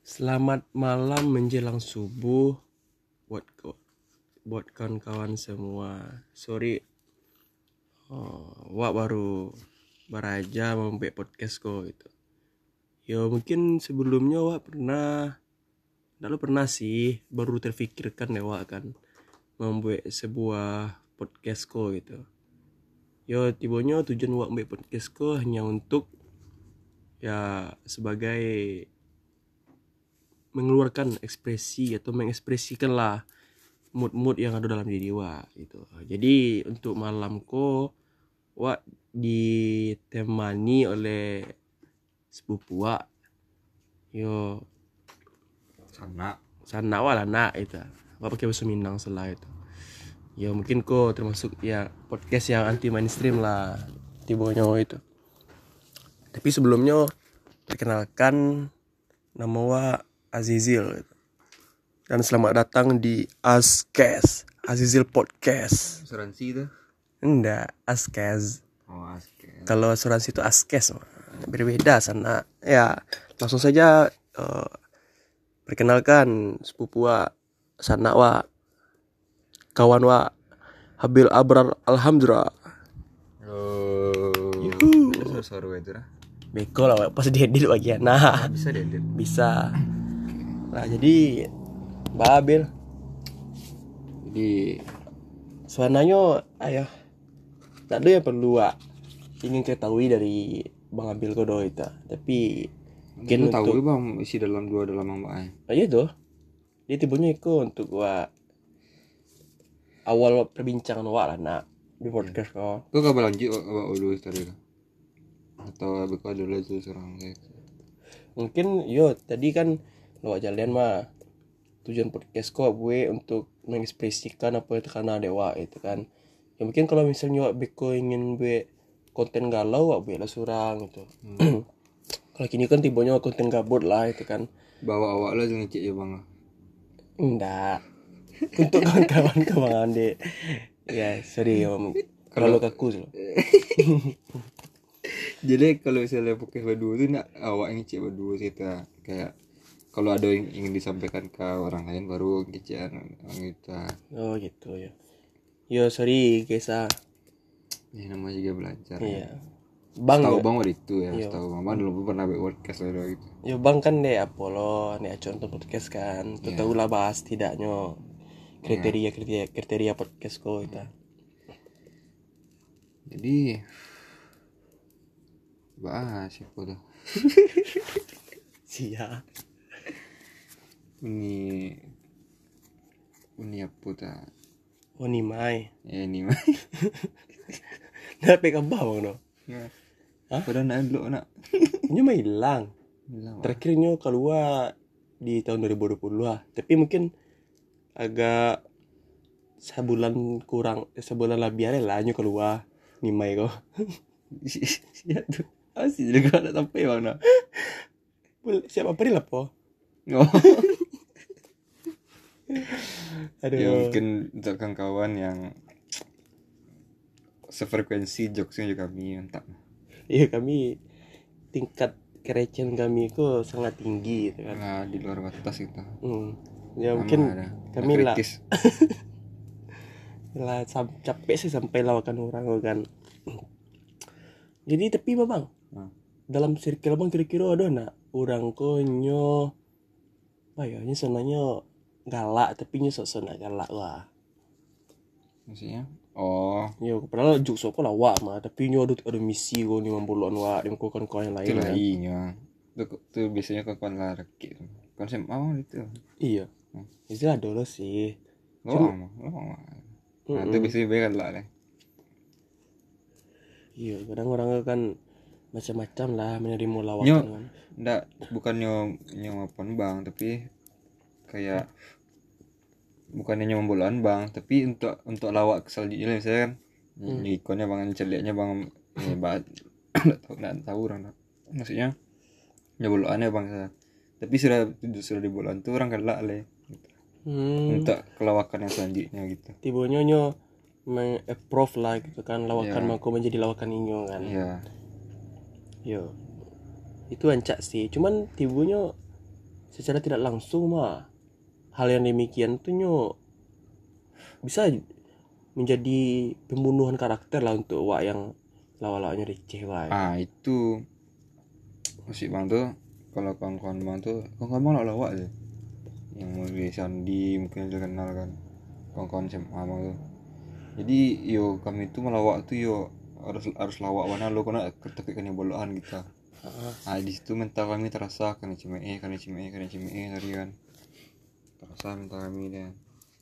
Selamat malam menjelang subuh buat kawan-kawan semua. Sorry, wak baru beraja membuat podcast kok gitu. Ya mungkin sebelumnya wak pernah sih baru terfikirkan ya wak kan membuat sebuah podcast kok gitu. Yo tibonya tujuan wak membuat podcast kok hanya untuk ya sebagai mengeluarkan ekspresi atau mengekspresikan lah mood yang ada dalam diri Wak gitu. Jadi untuk malamku Wak ditemani oleh sepupu Wak. Yo sana Wak lah nak itu. Wak pakai bahasa Minang selah itu. Yo mungkin kok termasuk ya podcast yang anti mainstream lah tibonya itu. Tapi sebelumnya perkenalkan nama Wak Azizil gitu. Dan selamat datang di Askes Azizil Podcast. Asuransi itu? Enggak, Askes. Oh, Askes. Kalau asuransi itu Askes, berbeda sana. Ya, langsung saja perkenalkan sepupu wa, sana wa, kawan wa, Habil Abrar Alhamdulillah. Oh, Yuhu. itu suara itu lah. Beko lah, pas diedit bagian. Nah, Bisa diedit. bisa. Nah, jadi Babil. Jadi suananya ayo. Tak ada yang perlu ingin ketahui dari Bang Abil Kodo itu. Tapi Mungkin tahu bang isi dalam bang aja tuh. Dia tiba-tiba untuk awal perbincangan lah nak di podcast kau. Kau kabar lanjut dulu tadi atau bekal dulu itu seorang gitu. Mungkin tadi kan lewat jalan mah tujuan podcast kau gue untuk mengekspresikan apa itu karena dewa itu kan. Ya mungkin kalau misalnya beko ingin gue konten galau gue lah surang gitu. Kalau kini kan tibonya konten gabut lah itu kan. Bawa awak lah jangan cek ya bang. Enggak. Untuk kawan-kawan deh. Ya, sorry om. Kalau kaku sih. Jadi kalau misalnya podcast berdua tuh nak awak ngecek berdua kita kayak kalau ada yang ingin disampaikan ke orang lain baru ngecek kita. Oh gitu ya. Yo sorry guys Ini namanya juga belajar. Iya. Bang tahu bang waktu itu ya, iya. tahu mama dulu pernah buat podcast lah gitu. Yo bang kan deh Apollo, nih contoh podcast kan. Tuh tahu lah bahas tidaknya kriteria podcast kok itu. Jadi bahas apa tuh? Siap. Ini apa tuh? Oh nih Mai. Ini mah. Nah pegang bawang no. Hah? Padahal nak dulu nak. Ini mah hilang. Terakhirnya keluar di tahun 2020 lah. Tapi mungkin agak sebulan lebih lah nyo keluar nih Mai kok. Siap tuh. Asli juga nak sampai bang nak. Siapa April apa? Oh. Aduh. Ya mungkin untuk kawan-kawan yang sefrekuensi jokesnya juga kami entah. Iya kami tingkat kerecehan kami itu sangat tinggi gitu kan. Nah, di luar batas itu. Ya mungkin kami lah capek sih sampai lawakan orang kan. Jadi tapi bang dalam circle bang kira-kira ada nak orang konyo ini senanya galak tapi nyo sok galak lah. Maksudnya? Oh. Ya padahal juk sok lawak mah tapi nyo ada misi ko ni membulon wa di melakukan kau yang lain. Itu lainnya. Itu biasanya kawan laki. Konsep apa itu? Iya. Istilah dulu sih. Nah, itu biasanya beda lah. Iya, kadang orang kan macam-macam lah menerima lawakan kan. Nggak, bukannya nyawapan bang, tapi kayak bukannya nyombolan bang, tapi untuk lawak selanjutnya misalnya kan ikonnya bang, celiknya bang, nggak tahu orang, maksudnya nyobolannya bang, tapi sudah dibolan tuh orang galak le, untuk kelawakan yang selanjutnya gitu. Tibonya nyo meng-approve lah gitu kan lawakan mako menjadi lawakan inyo kan. Iya. Yo. Itu ancak sih. Cuman tibonya secara tidak langsung mah hal yang demikian tuh nyo bisa menjadi pembunuhan karakter lah untuk wak yang lawa-lawanya receh wak. Itu musik bang tuh, kalau kawan-kawan bang tuh, kawan-kawan bang lawak aja yang mau di Sandi mungkin aja kenal kan, kawan-kawan SMA bang tuh. Jadi yo kami tuh melawak tuh yo harus lawak mana lo kena ketekik kan bolohan kita. Di situ mental kami terasa karena cime tadi kan terasa mental kami deh.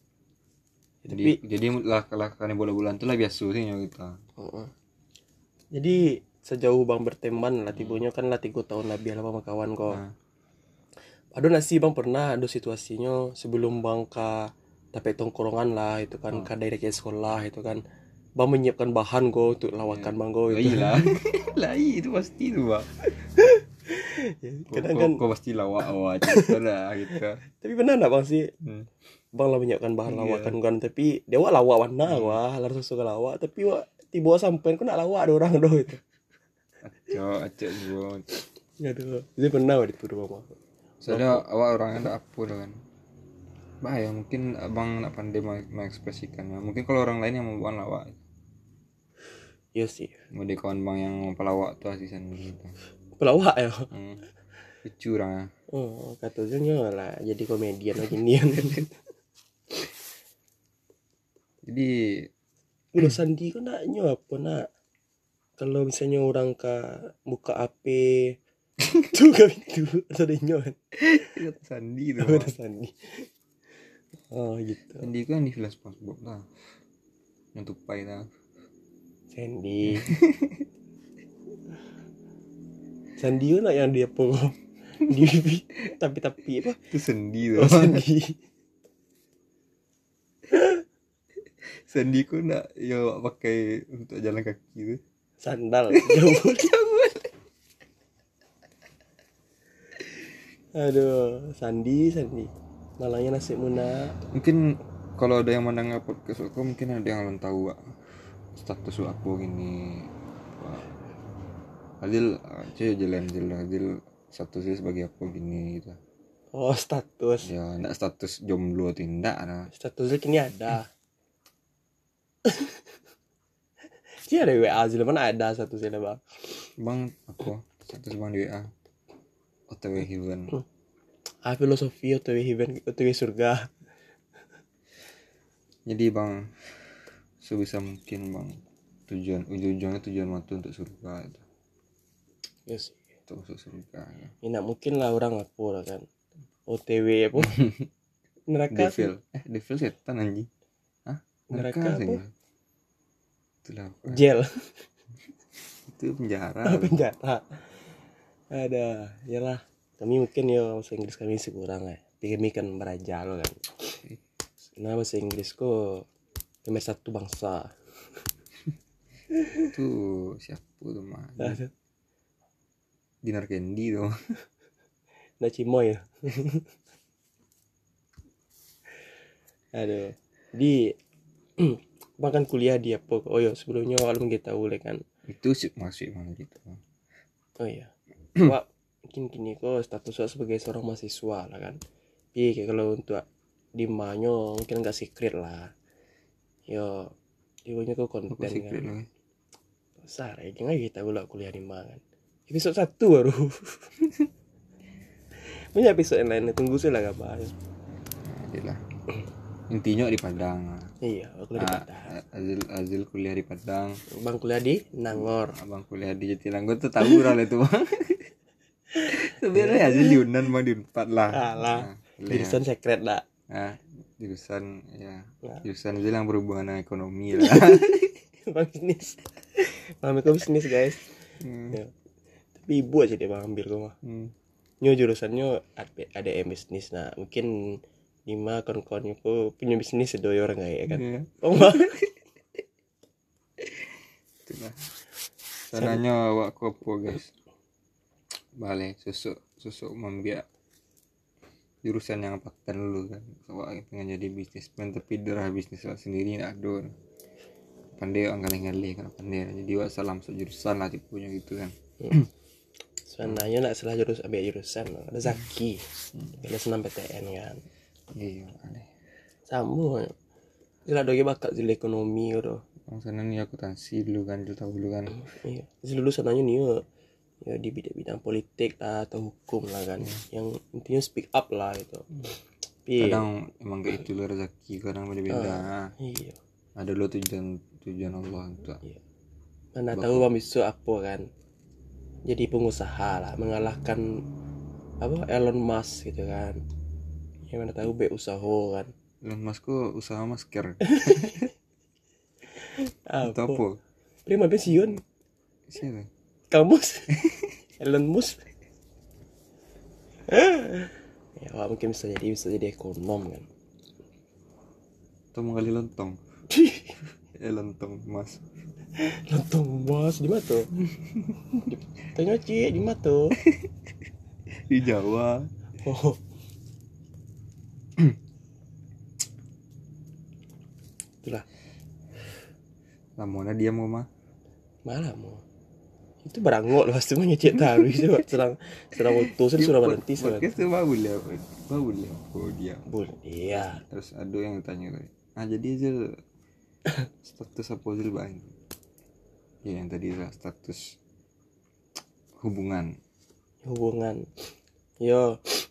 Jadi lah karena bola-bolaan tuh lah biasa sih kita. Jadi sejauh bang berteman lah tibonya kan lah 3 tahun lebih lah sama kawan kok. Aduh nasi bang pernah ada situasinya sebelum bang ke tapi tongkrongan lah itu kan ke daerah ke sekolah itu kan bang menyiapkan bahan kok untuk lawakan bang kok itu. Lah itu pasti tuh bang. Kadang kan kok pasti lawak gitu lah gitu. tapi benar nggak bang sih bang lah menyiapkan bahan lawakan kan tapi dia wak lawak warna wah harus suka lawak tapi wak tiba sampai kok nak lawak ada orang doh itu. Acok bro. Aduh, jadi pernah wak dituduh bang. Soalnya awak orangnya tak apa kan. Bahaya mungkin abang nak pandai mengekspresikannya. Mungkin kalau orang lain yang membuat lawak. Iya sih. Mau di kawan bang yang pelawak tuh asisan gitu. Pelawak ya. Lucu orangnya. Oh, katanya lah jadi komedian beginian. Jadi udah Sandi kok naknya apa nak kalau misalnya orang buka HP tuh kan itu ada nyon kata Sandi tuh. ada Sandi. Oh gitu. Sandi kan di film SpongeBob lah. Yang tupai lah. Sandi. Sandi nak yang dia apa di tapi apa Itu Sandi tuh. Sandi. Sandi kok nak ya pakai untuk jalan kaki tuh. Sandal jauh. Aduh, Sandi. Malangnya nasi muna. Mungkin kalau ada yang mendengar podcast aku mungkin ada yang belum tahu Wak. Status aku gini. Adil jalan statusnya sebagai apa gini gitu. Oh, status. Ya, enggak status jomblo tindak nah. Statusnya kini ada. Dia ada WA aja mana ada statusnya bang. Bang apa? Status bang di WA. OTW heaven. Filosofi OTW heaven, OTW surga. Jadi bang, sebisa mungkin bang, ujungnya tujuan mati untuk surga itu. Yes. Untuk masuk surga. Ya. Ini mungkin lah orang apa lah kan. OTW apa? Neraka. Devil setan anjing. Hah? Neraka apa? Sih. Itulah. Jail. Itu penjara. Penjara. Ada, yalah. Kami mungkin ya bahasa Inggris kami sih kurang ya. Tapi kami kan belajar kan. Nah bahasa Inggris kok nomor 1 bangsa. Itu siapa tuh mah? Dinar Candy tuh. Nah Cimoy ya. Aduh. Di bahkan kuliah di apa? Oh ya sebelumnya awal kita tahu kan. Itu sih masih mana gitu. Oh iya. Wah, mungkin kini kok status sebagai seorang mahasiswa lah kan. Tapi kalau untuk di manyo mungkin enggak secret lah. Yo, ibunya kok konten kan. Secret Besar ya, jangan kita ulah kuliah di mana kan. Episode 1 baru. Banyak episode yang lain, tunggu sih lah kabar. Adalah. Intinya di Padang. Iya, aku di Padang. Azil kuliah di Padang. Bang kuliah di Nangor. Abang kuliah di Jatinangor tuh tahu lah itu bang. Sebenarnya Azil di Unan bang di 4 lah. Alah, jurusan secret lah. Jurusan ya. Jurusan Azil yang berhubungan dengan ekonomi lah. Bang bisnis. Bang bisnis guys. Ya. Tapi ibu aja dia bang ambil kok mah. Nyo jurusannya ada bisnis nah mungkin 5 kawan-kawannya kok punya bisnis sedoyo orang kayak kan. Oh mah. Itulah. Sananya awak apa guys. Balik susuk membiak jurusan yang paten dulu kan. Awak pengen jadi bisnismen tapi darah bisnis sendiri nak ada. Pandai orang ngalih kan pandai. Jadi awak salah masuk jurusan lah tipunya gitu kan. sebenarnya nak salah ambil jurusan ada Zaki ada senam PTN kan Iya aneh. sama gila doge bakat di ekonomi gitu. Orang sana nih akuntansi dulu kan, dulu tahu dulu kan. Iya dulu sananya nih ya di bidang politik lah atau hukum lah kan yang intinya speak up lah gitu. Tapi Kadang emang kayak itu loh rezeki, kadang beda-beda. iya Ada lo tujuan Allah untuk. iya mana tahu bang besok apa kan jadi pengusaha lah mengalahkan apa Elon Musk gitu kan yang mana tahu be usaha kan Elon Musk kok usaha masker. Itu apa apa? prima pensiun Siapa? kamus Elon Musk ya wah, mungkin bisa jadi ekonom kan Atau menggali lontong. Lontong mas. lontong mas di mana tuh tanya cie di mana tuh Di Jawa. oh itulah Lamona dia mau mah. malah mau itu barangok lah pasti mah nyecek taruh itu sedang utusan sudah berhenti sekarang Podcast tuh bagus ya. Oh dia. bun iya Terus ada yang tanya tadi. Jadi aja status apa aja bain? Ya yang tadi lah status hubungan. yo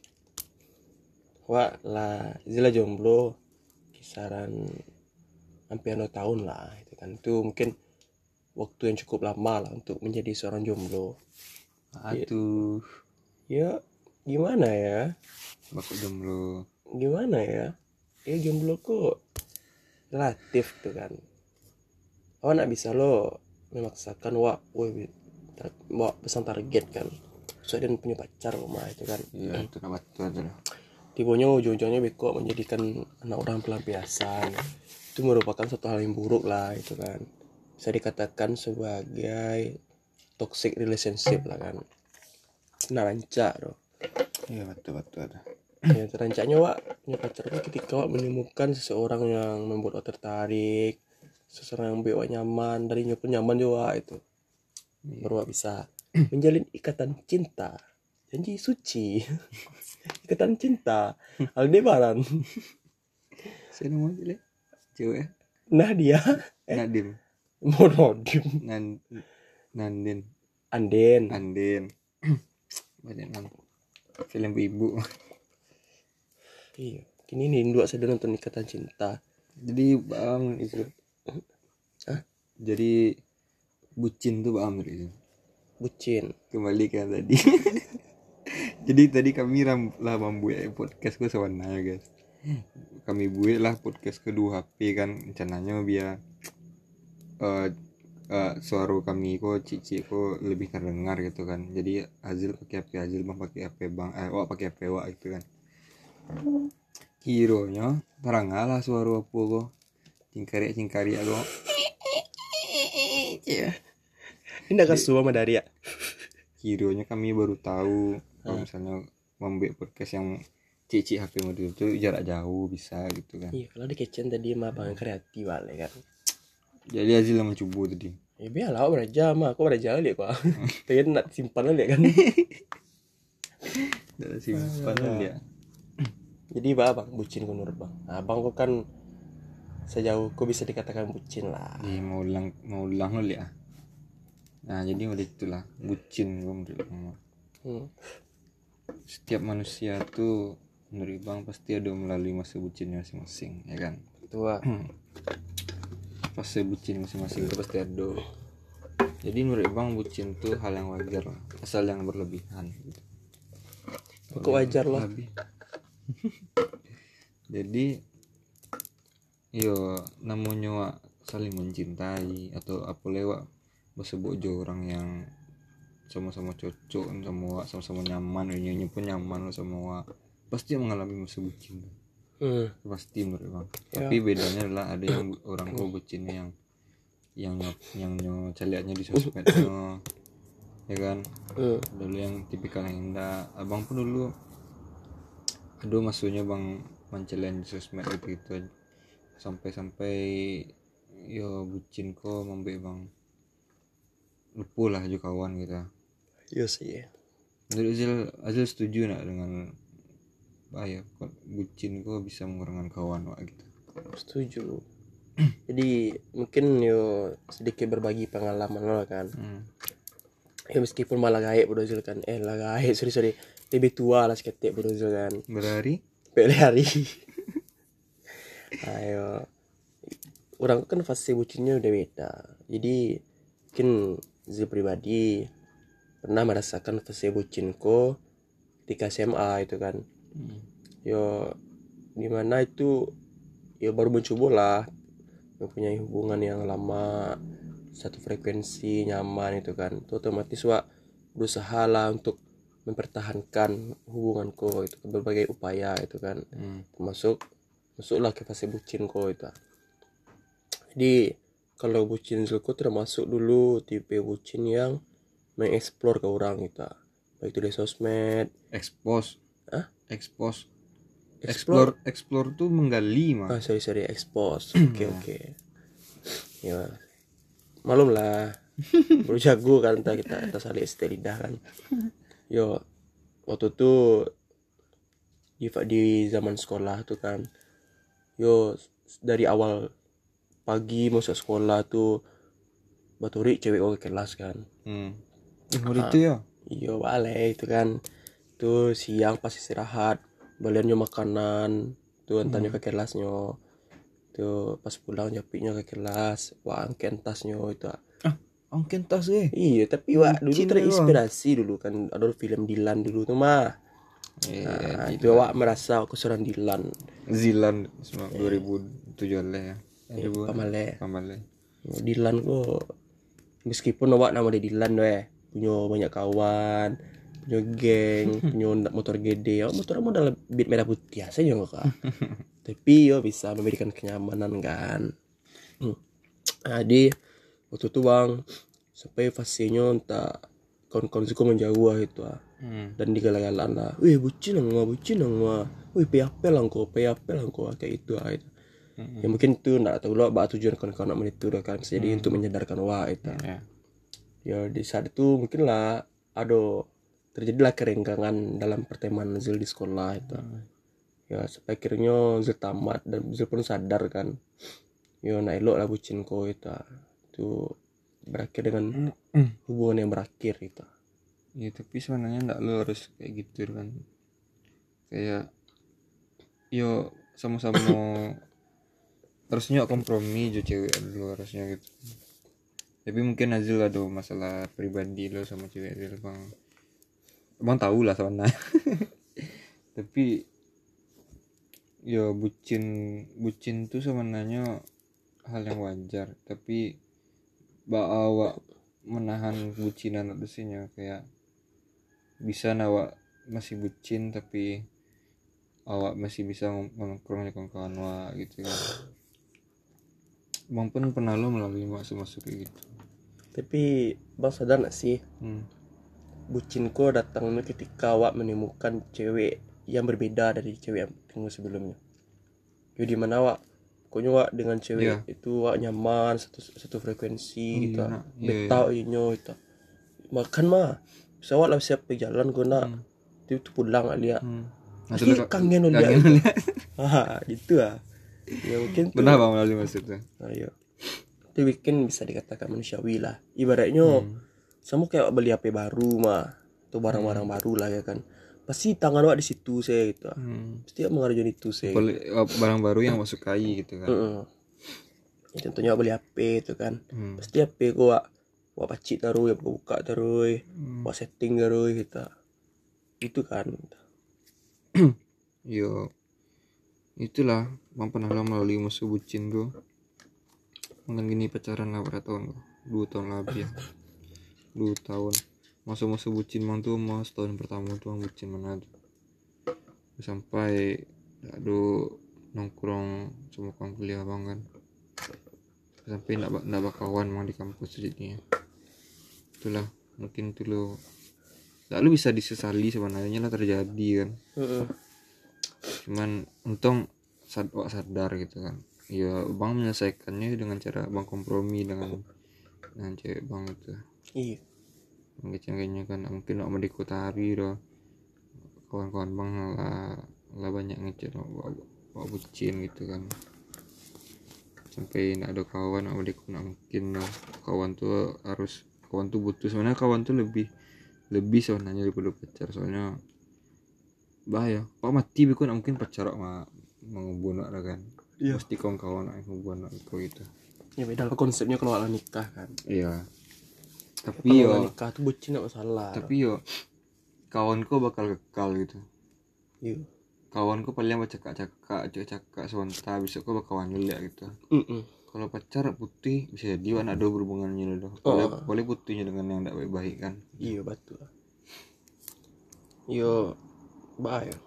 wah lah zila jomblo kisaran hampir 2 tahun lah itu kan itu mungkin waktu yang cukup lama lah untuk menjadi seorang jomblo Aduh, ya gimana ya bakal jomblo. gimana ya jomblo kok relatif tuh kan awak nak bisa lo memaksakan wah pesan target kan soalnya dia punya pacar rumah itu kan Iya, itu nama itu aja lah. tibonya ujung-ujungnya beko menjadikan anak orang pelampiasan itu merupakan suatu hal yang buruk lah itu kan bisa dikatakan sebagai toxic relationship lah kan nah rancak loh Iya, betul ada. ya terancaknya wak punya pacar tuh ketika wak menemukan seseorang yang membuat wak tertarik seseorang yang membuat wak nyaman darinya pun nyaman juga itu baru wak bisa menjalin ikatan cinta janji suci ikatan cinta Aldebaran Saya mau jelek. Cewek. nah dia Nadim. monodim Nandin. Anden Banyak nang. Film ibu. iya kini nih dua saya nonton ikatan cinta Jadi bang itu. Hah? Jadi bucin tuh bang itu. bucin Kembali kan tadi. Jadi tadi kami lah membuat podcast gue sebenarnya guys. Kami buat lah podcast kedua HP kan rencananya biar suara kami cici lebih terdengar gitu kan. Jadi Azil pakai HP Azil, bang pakai HP bang, wak pakai HP wak gitu kan. Kironya terang lah suara apa kok cingkari aku. ini gak kasuh sama Daria Kironya kami baru tahu kalau misalnya membuat podcast yang cici HP modul itu jarak jauh bisa gitu kan. iya kalau di kitchen tadi mah bang kreatif wale kan Jadi Azil yang mencoba tadi. ya biarlah aku beraja mah aku beraja lihat kok pengen nak simpan lihat kan Dari simpan dia. jadi bang bucin menurut bang abang kok kan sejauh kok bisa dikatakan bucin lah Mau ulang lo ya. Nah jadi udah itulah bucin gue menurut bang. Setiap manusia tuh menurut bang pasti ada melalui masa bucinnya masing-masing ya kan. tua Fase bucin masing-masing itu pasti ada. Jadi menurut bang bucin tuh hal yang wajar lah, asal yang berlebihan gitu. kok wajar loh Jadi yo namanya saling mencintai atau apa lewat sebut orang yang sama-sama cocok sama-sama nyaman, nyonya pun nyaman semua pasti mengalami masa bucin. Pasti menurut bang. Tapi bedanya adalah ada yang orang bucinnya yang celiaknya di sosmednya ya kan. Dulu yang tipikal yang enggak. Abang pun dulu aduh maksudnya bang mencelian di sosmed gitu sampai yo bucin kok membe bang lupa lah juga kawan gitu. iya sih Menurut Azil setuju nak dengan bucin kok bisa mengurangi kawan wak gitu. Setuju. Jadi mungkin yo sedikit berbagi pengalaman lo kan. Ya meskipun malah gaib bro Zul kan. Lah gaib sorry lebih tua lah seketik bro Zul kan. Berhari Hari. Ayo. Orang kan fase bucinnya udah beda. Jadi mungkin Zul pribadi pernah merasakan fase bucinku ketika SMA itu kan. Yo dimana itu ya baru mencoba lah mempunyai hubungan yang lama, satu frekuensi, nyaman itu kan. Itu otomatis berusaha lah untuk mempertahankan hubunganku itu ke berbagai upaya itu kan. Masuklah ke fase bucinku itu. Jadi kalau bucin Zulko termasuk dulu tipe bucin yang mengeksplor ke orang gitu. Baik itu di sosmed, expose Explore. explore tuh menggali mah. Sorry expose. Oke. Ya malum lah. Baru jago kan kita saling lidah kan. Yo waktu itu di zaman sekolah tuh kan. Yo dari awal pagi masuk sekolah tuh baturi cewek ke kelas kan. Itu ya. Iya balik itu kan. Tuh siang pas istirahat baliannya makanan tuh antarnya ke kelasnya. Tuh pas pulang nyapiknya ke kelas angken tasnya itu. Angken tas Iya tapi dulu terinspirasi dulu kan ada film Dilan dulu tuh mah. Itu merasa aku seorang Dilan. Zilan 2007 ya. Pamale. Dilan kok meskipun nama dia Dilan punya banyak kawan, punya geng, punya motor gede. Motor modal bit merah putih aja nggak kak. Tapi bisa memberikan kenyamanan kan. Jadi waktu itu bang sampai fasenya entah kawan-kawan suka menjauh itu dan digalang-galang lah, bucin nang wih PHP lang kok kayak itu itu. Ya mungkin itu nggak tahu lo tujuan kawan-kawan nak itu kan jadi untuk menyadarkan itu. Ya di saat itu mungkin lah terjadilah kerenggangan dalam pertemanan Zul di sekolah itu. Ya sampai akhirnya Zul tamat dan Zul pun sadar kan. Ya nak elok lah bucinku itu berakhir dengan hubungan yang berakhir itu. Ya tapi sebenarnya enggak lo harus kayak gitu kan. Kayak yo sama-sama harusnya kompromi jo cewek dulu harusnya gitu. Tapi mungkin Azil ada masalah pribadi lo sama cewek Azil bang tahu lah sebenarnya. Tapi ya bucin tuh sebenarnya hal yang wajar, tapi awak menahan bucinan adusnya kayak bisa awak masih bucin tapi awak masih bisa nongkrong dengan kawan awak gitu kan. Bang pun pernah lo melalui masuk kayak gitu. Tapi bang sadar gak sih bucinku datangnya ketika awak menemukan cewek yang berbeda dari cewek yang tunggu sebelumnya. Jadi mana awak pokoknya awak dengan cewek itu awak nyaman satu frekuensi gitu. Betah itu. Makan mah bisa awak lah siap pergi jalan guna itu pulang lihat. Pasti kangen lihat. Gitu ya mungkin benar bang melalui maksudnya. Ayo. Itu bikin bisa dikatakan manusiawi lah. Ibaratnya sama kayak beli HP baru mah atau barang-barang baru lah ya kan. Pasti tangan awak di situ saya gitu. Pasti mengarahkan itu saya. Barang baru yang masuk kai gitu kan. Ya, contohnya beli HP itu kan. Pasti HP gua pacik taruh ya buka taruh. Setting taruh gitu. Itu kan. Yo. Itulah bang pernah lah melalui masa bucin gue. Mungkin gini pacaran lah berapa tahun gue? 2 tahun lebih ya. 2 tahun. Masa bucin bang tuh setahun pertama tuh bang bucin mana tuh. Sampai nongkrong sama kawan kuliah bang kan. Sampai nggak bakawan bang di kampus jadinya. Itulah mungkin tuh lo. Lalu bisa disesali sebenarnya lah terjadi kan. Cuman untung sadar gitu kan. Ya bang menyelesaikannya dengan cara bang kompromi dengan cewek bang itu. Iya. kayaknya kan mungkin mau dikutari doh kawan-kawan bang lah banyak ngechat mau bucin gitu kan, sampai nggak ada kawan sama dia nak mungkin lah. Kawan tuh butuh, sebenarnya kawan tuh lebih sebenarnya daripada pacar, soalnya bahaya pak mati bikin mungkin pacar sama menghubung ada kan, Iya. mesti kawan-kawan yang hubungan itu gitu. Ya beda lah konsepnya kalau ala nikah kan. Iya, tapi Kalau ala yo nikah tuh bucin gak masalah. kawanku bakal kekal gitu. Iya. Kawanku paling cakak sebentar, bisa kok bakalan nyelek gitu. Kalau pacar putih bisa jadi ada berhubungannya loh. Boleh putihnya dengan yang tidak baik-baik kan. Iya betul. Yo bahaya.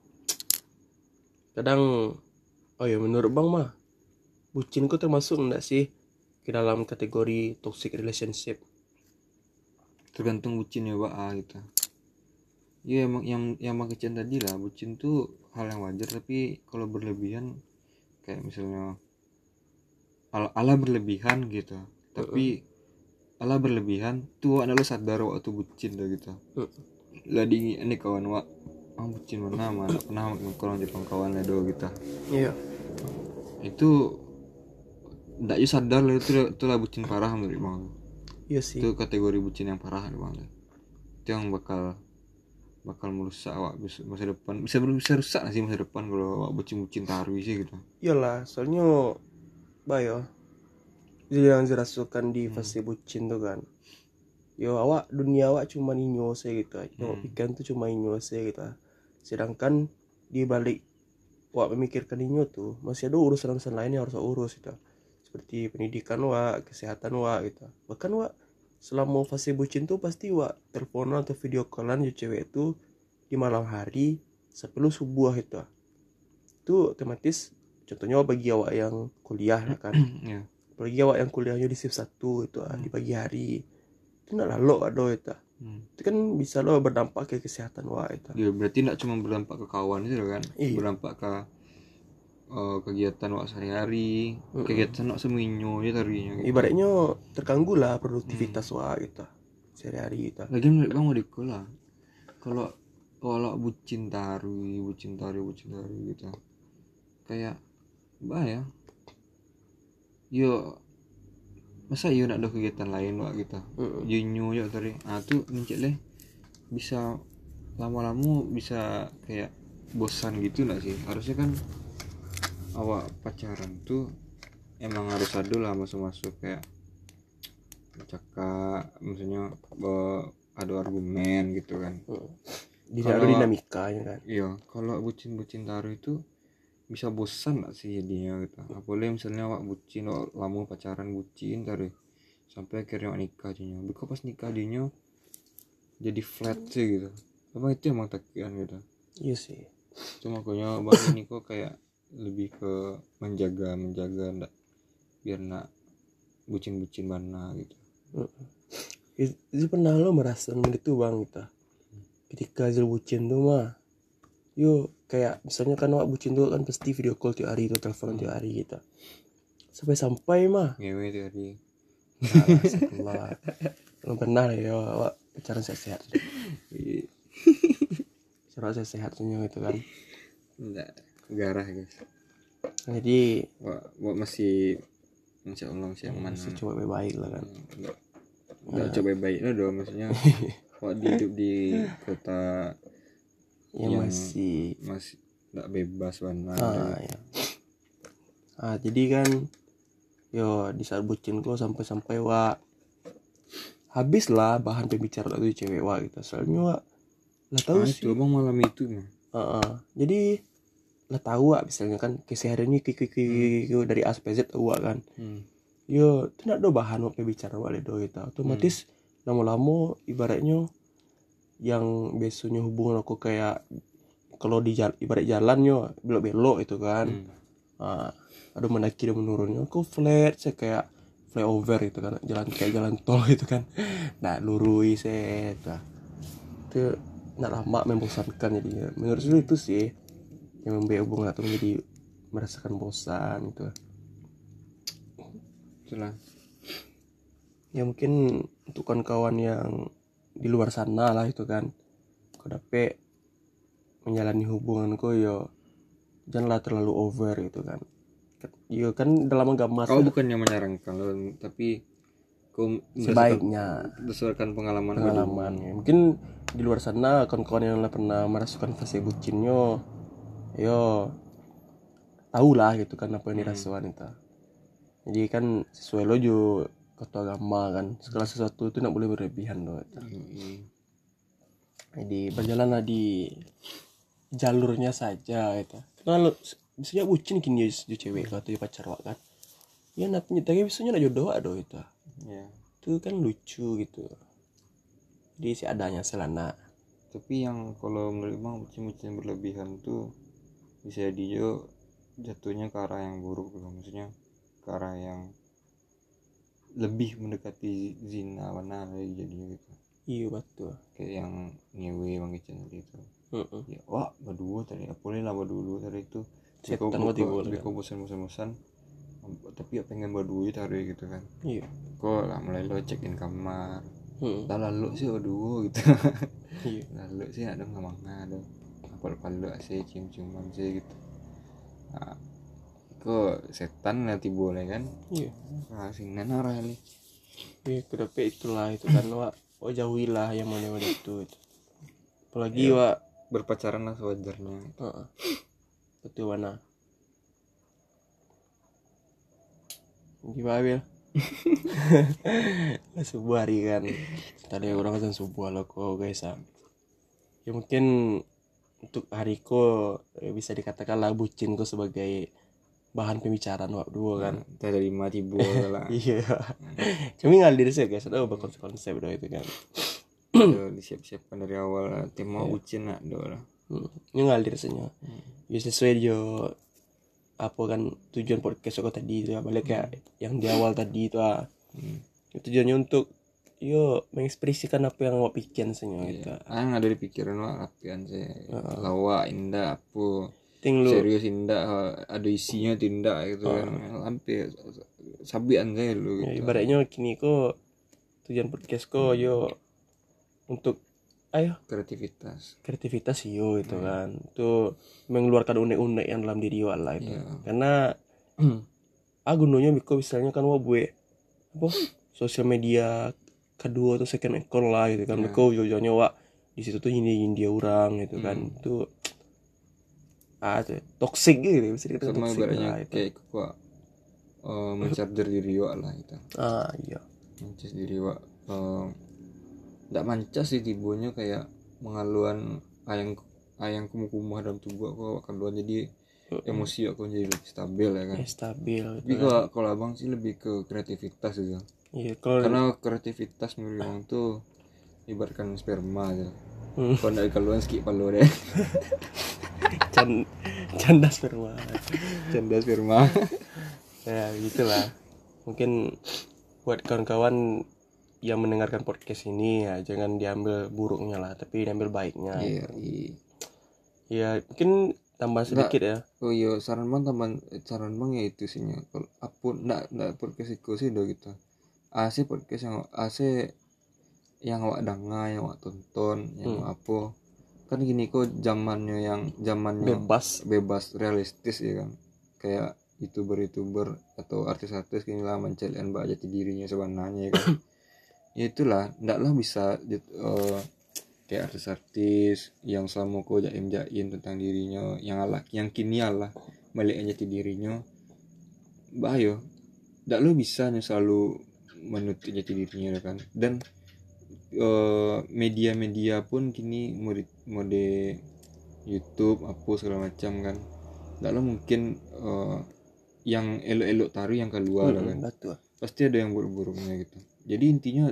Kadang menurut bang mah bucin kok termasuk enggak sih ke dalam kategori toxic relationship? Tergantung bucin ya gitu. Ya emang yang kecian tadi lah, bucin tuh hal yang wajar, tapi kalau berlebihan kayak misalnya ala berlebihan gitu. Tapi ala berlebihan tuh anak lo sadar waktu bucin tuh gitu. Lah dingin ini kawan bucin mana pernah nongkrong di kawan do gitu. Iya. Itu ndak sadar lah, itu lah bucin parah menurut bang. Iya sih. Itu kategori bucin yang parah bang. Itu yang bakal merusak awak masa depan, bisa rusak sih masa depan kalau awak bucin taruh sih gitu. Iyalah, soalnya bayo yang dirasukan di fase bucin tuh kan. Yo dunia awak cuma inyo saya gitu. Yo pikiran tuh cuma inyo saya gitu. Sedangkan di balik awak memikirkan inyo tuh masih ada urusan-urusan lain yang harus urus gitu. Seperti pendidikan awak, kesehatan awak gitu. Bahkan awak selama fase bucin tuh pasti awak teleponan atau video callan ya cewek itu di malam hari sebelum subuh itu. Itu otomatis contohnya bagi awak yang kuliah lah kan. Yeah. Apalagi awak yang kuliahnya di shift 1 itu di pagi hari. Itu nak lalu ada itu. Itu kan bisa lo berdampak ke kesehatan awak itu. Ya berarti tidak cuma berdampak ke kawan itu kan. Iya. Berdampak ke kegiatan awak sehari-hari, kegiatan awak seminyo ya tarinya gitu. Ibaratnya terganggu lah produktivitas awak gitu sehari-hari gitu. Lagi menurut bang mau dikola. Kalau bucin taruh gitu. Kayak ya. Yo masa yo nak ada kegiatan lain wak gitu. Jinyu yo tadi. Tuh nincek leh bisa lama-lama bisa kayak bosan gitu nggak sih? Harusnya kan awak pacaran tuh emang harus ada lah masuk kayak cakap, maksudnya ada argumen gitu kan. Ada dinamikanya kan. Iya, kalau bucin taruh itu bisa bosan gak sih jadinya gitu. Apalagi misalnya awak bucin, lama pacaran bucin taruh sampai akhirnya awak nikah jadinya. Because pas nikah jadinya jadi flat sih gitu. Emang itu emang takian gitu. Iya sih. Cuma makanya bang ini kok kayak lebih ke menjaga ndak biar nak bucin mana gitu. Itu pernah lo merasakan gitu bang gitu. Ketika Zul bucin tuh mah yo kayak misalnya kan awak bucin tuh kan pasti video call tiap hari itu, telepon tiap hari gitu. Sampai mah ngewe tiap hari. Alhamdulillah. Belum pernah ya awak pacaran sehat-sehat. Cara sehat senyum itu kan. Enggak garah guys. Jadi wak masih insya Allah masih aman. Masih coba baik lah kan. Enggak coba baik lah dong, maksudnya wak hidup di kota yang masih enggak bebas warna. Ya. Jadi kan yo di saat bucin kok sampai wak habis lah bahan pembicaraan itu cewek wak gitu. Soalnya wak lah tahu sih. Itu bang malam itu mah. Jadi lah tahu wak misalnya kan kesehariannya dari A sampai Z wak kan. Yo itu nak do bahan wak pembicaraan wak ledo gitu. Otomatis lama-lama ibaratnya yang biasanya hubungan aku kayak kalau di ibarat jalannya belok-belok itu kan. Aduh mendaki dan menurunnya aku flat saya kayak flyover gitu kan, jalan tol gitu kan. Nah lurui saya itu nggak lama membosankan jadinya. Menurut saya itu sih yang membuat hubungan atau menjadi merasakan bosan gitu. Itulah. Ya mungkin untuk kawan-kawan yang di luar sana lah itu kan. Kau dapet menjalani hubungan kau yo janganlah terlalu over gitu kan. Yo kan dalam agama Kau bukannya menyarankan loh, tapi kau sebaiknya berdasarkan pengalaman ya. Mungkin di luar sana kawan-kawan yang pernah merasakan fase bucinnya yo tahu lah gitu kan apa yang dirasakan itu. Jadi kan sesuai lo juga kata agama kan, segala sesuatu itu tidak boleh berlebihan loh. Jadi berjalanlah di jalurnya saja itu. Karena lo biasanya bucin gini ya cewek atau pacar wak kan. Ya nanti nyetanya biasanya nak jodoh do itu. Ya. Itu kan lucu gitu. Jadi si adanya selana. Tapi yang kalau menurut bang bucin-bucin berlebihan tuh bisa dia jatuhnya ke arah yang buruk gitu. Maksudnya ke arah yang lebih mendekati zina mana jadinya gitu. Iya betul. Kayak yang ngewe bang Kicen tadi itu. Ya wah berdua tadi boleh lah berdua tadi itu. Beko bosan-bosan tapi ya pengen berdua tadi gitu kan. Iya. Kok lah mulai lo cekin kamar. Lalu sih berdua gitu. Iya. Lalu sih ada ngamang ada. Palu sih cium-ciuman sih gitu. Nah, kok setan nanti boleh kan? Iya. Singan arah ini. Iya, kedapet itulah itu kan wak. Oh jauhilah yang mana itu. Apalagi wak berpacaran lah sewajarnya. Betul mana? Gimana Bil? Sebuah hari kan. Tadi orang kan sebuah lo kok guys. Ya mungkin untuk hariku bisa dikatakan lah bucin ko sebagai bahan pembicaraan waktu dua kan. Dari mati buah lah. Iya. Kami ngalir sih guys, ada konsep doa itu kan. Disiap-siapkan dari awal tema bucin nak doa lah. Ini ngalir saja. Ya sesuai jo apa kan tujuan podcast aku tadi itu balik kayak yang di awal tadi itu tujuannya untuk mengekspresikan apa yang awak pikirkan saja gitu. Ada di pikiran awak rapian sih. Lawa indah apa lu serius indah ada isinya tindak gitu kan hampir sabian saya lu gitu. Ibaratnya kini kok tujuan podcast kok untuk kreativitas itu kan itu mengeluarkan unek-unek yang dalam diri lah itu karena gunanya Biko misalnya kan buat apa sosial media kedua atau second account lah gitu kan Biko jojonya di situ tuh ini dia orang gitu kan itu toxic gitu bisa dikatakan sama toxic ibaratnya lah itu. Kayak kok mencarger diri wak lah itu Iya mencas diri wak nggak mancas sih tibonya kayak mengaluan ayang kumuh dalam tubuh aku keluar jadi emosi aku jadi lebih stabil ya kan stabil tapi kalau abang sih lebih ke kreativitas gitu karena kreativitas menurut abang tuh ibaratkan sperma aja kalau dari keluar skip palu deh canda sperma ya gitulah mungkin buat kawan-kawan yang mendengarkan podcast ini ya jangan diambil buruknya lah tapi diambil baiknya. Ya mungkin tambah sedikit ya. Oh iya saran bang ya itu sih kalau apun ndak podcast itu sih do gitu. AC podcast yang awak dengar yang awak tonton yang apa kan gini kok zamannya bebas realistis ya kan kayak youtuber atau artis-artis kini lah mencelian jati dirinya sebenarnya ya kan. Ya itulah ndaklah bisa kayak artis-artis yang selama kau jaim tentang dirinya yang kini lah baliknya jati dirinya bahaya ndaklah bisa selalu menutup jati dirinya kan dan media-media pun kini mode YouTube apa segala macam kan ndaklah mungkin yang elok-elok taruh yang keluar kan betul. Pasti ada yang buruk-buruknya gitu. Jadi intinya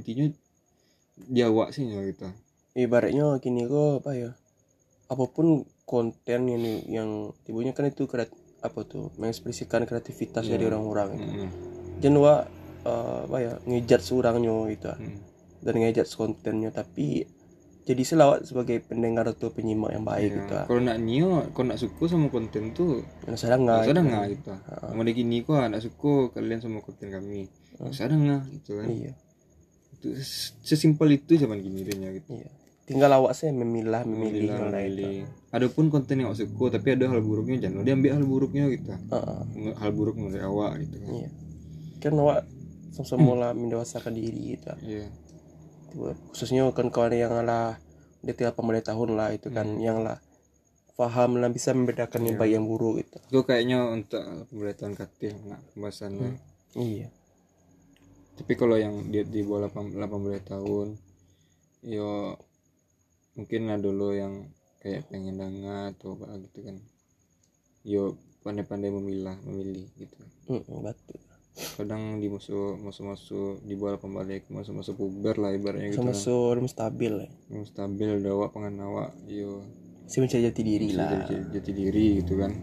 jawab sih gitu. Ibaratnya gini kok apa ya? Apapun konten ini yang tibunya kan itu mengekspresikan kreativitas dari orang-orang itu. Jangan ngejudge seorangnya gitu. Dan ngejudge kontennya tapi jadi selawat sebagai pendengar atau penyimak yang baik gitu. Kalau nak suka sama konten tuh sadar gitu. Mau gini kok nak suka kalian sama konten kami. Sadar gitu kan. Iya. Sesimpel itu zaman gini dehnya gitu. Iya. Tinggal awak saya memilih mana itu. Memilih. Adapun konten yang awak suka tapi ada hal buruknya, jangan diambil hal buruknya gitu. Hal buruk menurut awak gitu kan. Iya. Kan awak sama-sama lah mendewasakan diri gitu. Iya. Khususnya kan kawan yang lah udah 18 tahun lah itu kan yang lah paham lah bisa membedakan yang baik yang buruk gitu. Itu kayaknya untuk pemberitaan katil nak pembahasannya. Iya. Tapi kalau yang dia di bawah 18 tahun, yo mungkin lah dulu yang kayak pengen dangat atau apa gitu kan. Yo pandai-pandai memilih gitu. Betul. Kadang di masuk di bawah 18 masuk puber lah ibaratnya gitu kan. Sama stabil ya. Stabil dawa pengen awak yo Si mencari jati diri lah. Jati diri gitu kan.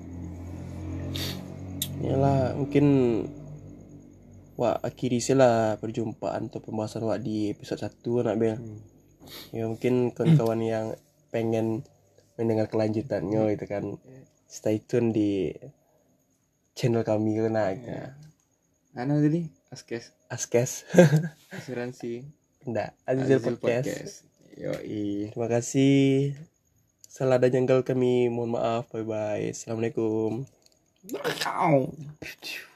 Yalah mungkin wah akhiri lah perjumpaan atau pembahasan wak di episode 1 nak Bel. Ya mungkin kawan-kawan yang pengen mendengar kelanjutannya itu kan stay tune di channel kami nak. Ano tadi? Askes. Asuransi. Enggak, Azizil Podcast. Yoi. Terima kasih. Salah dan janggal kami mohon maaf. Bye bye. Assalamualaikum.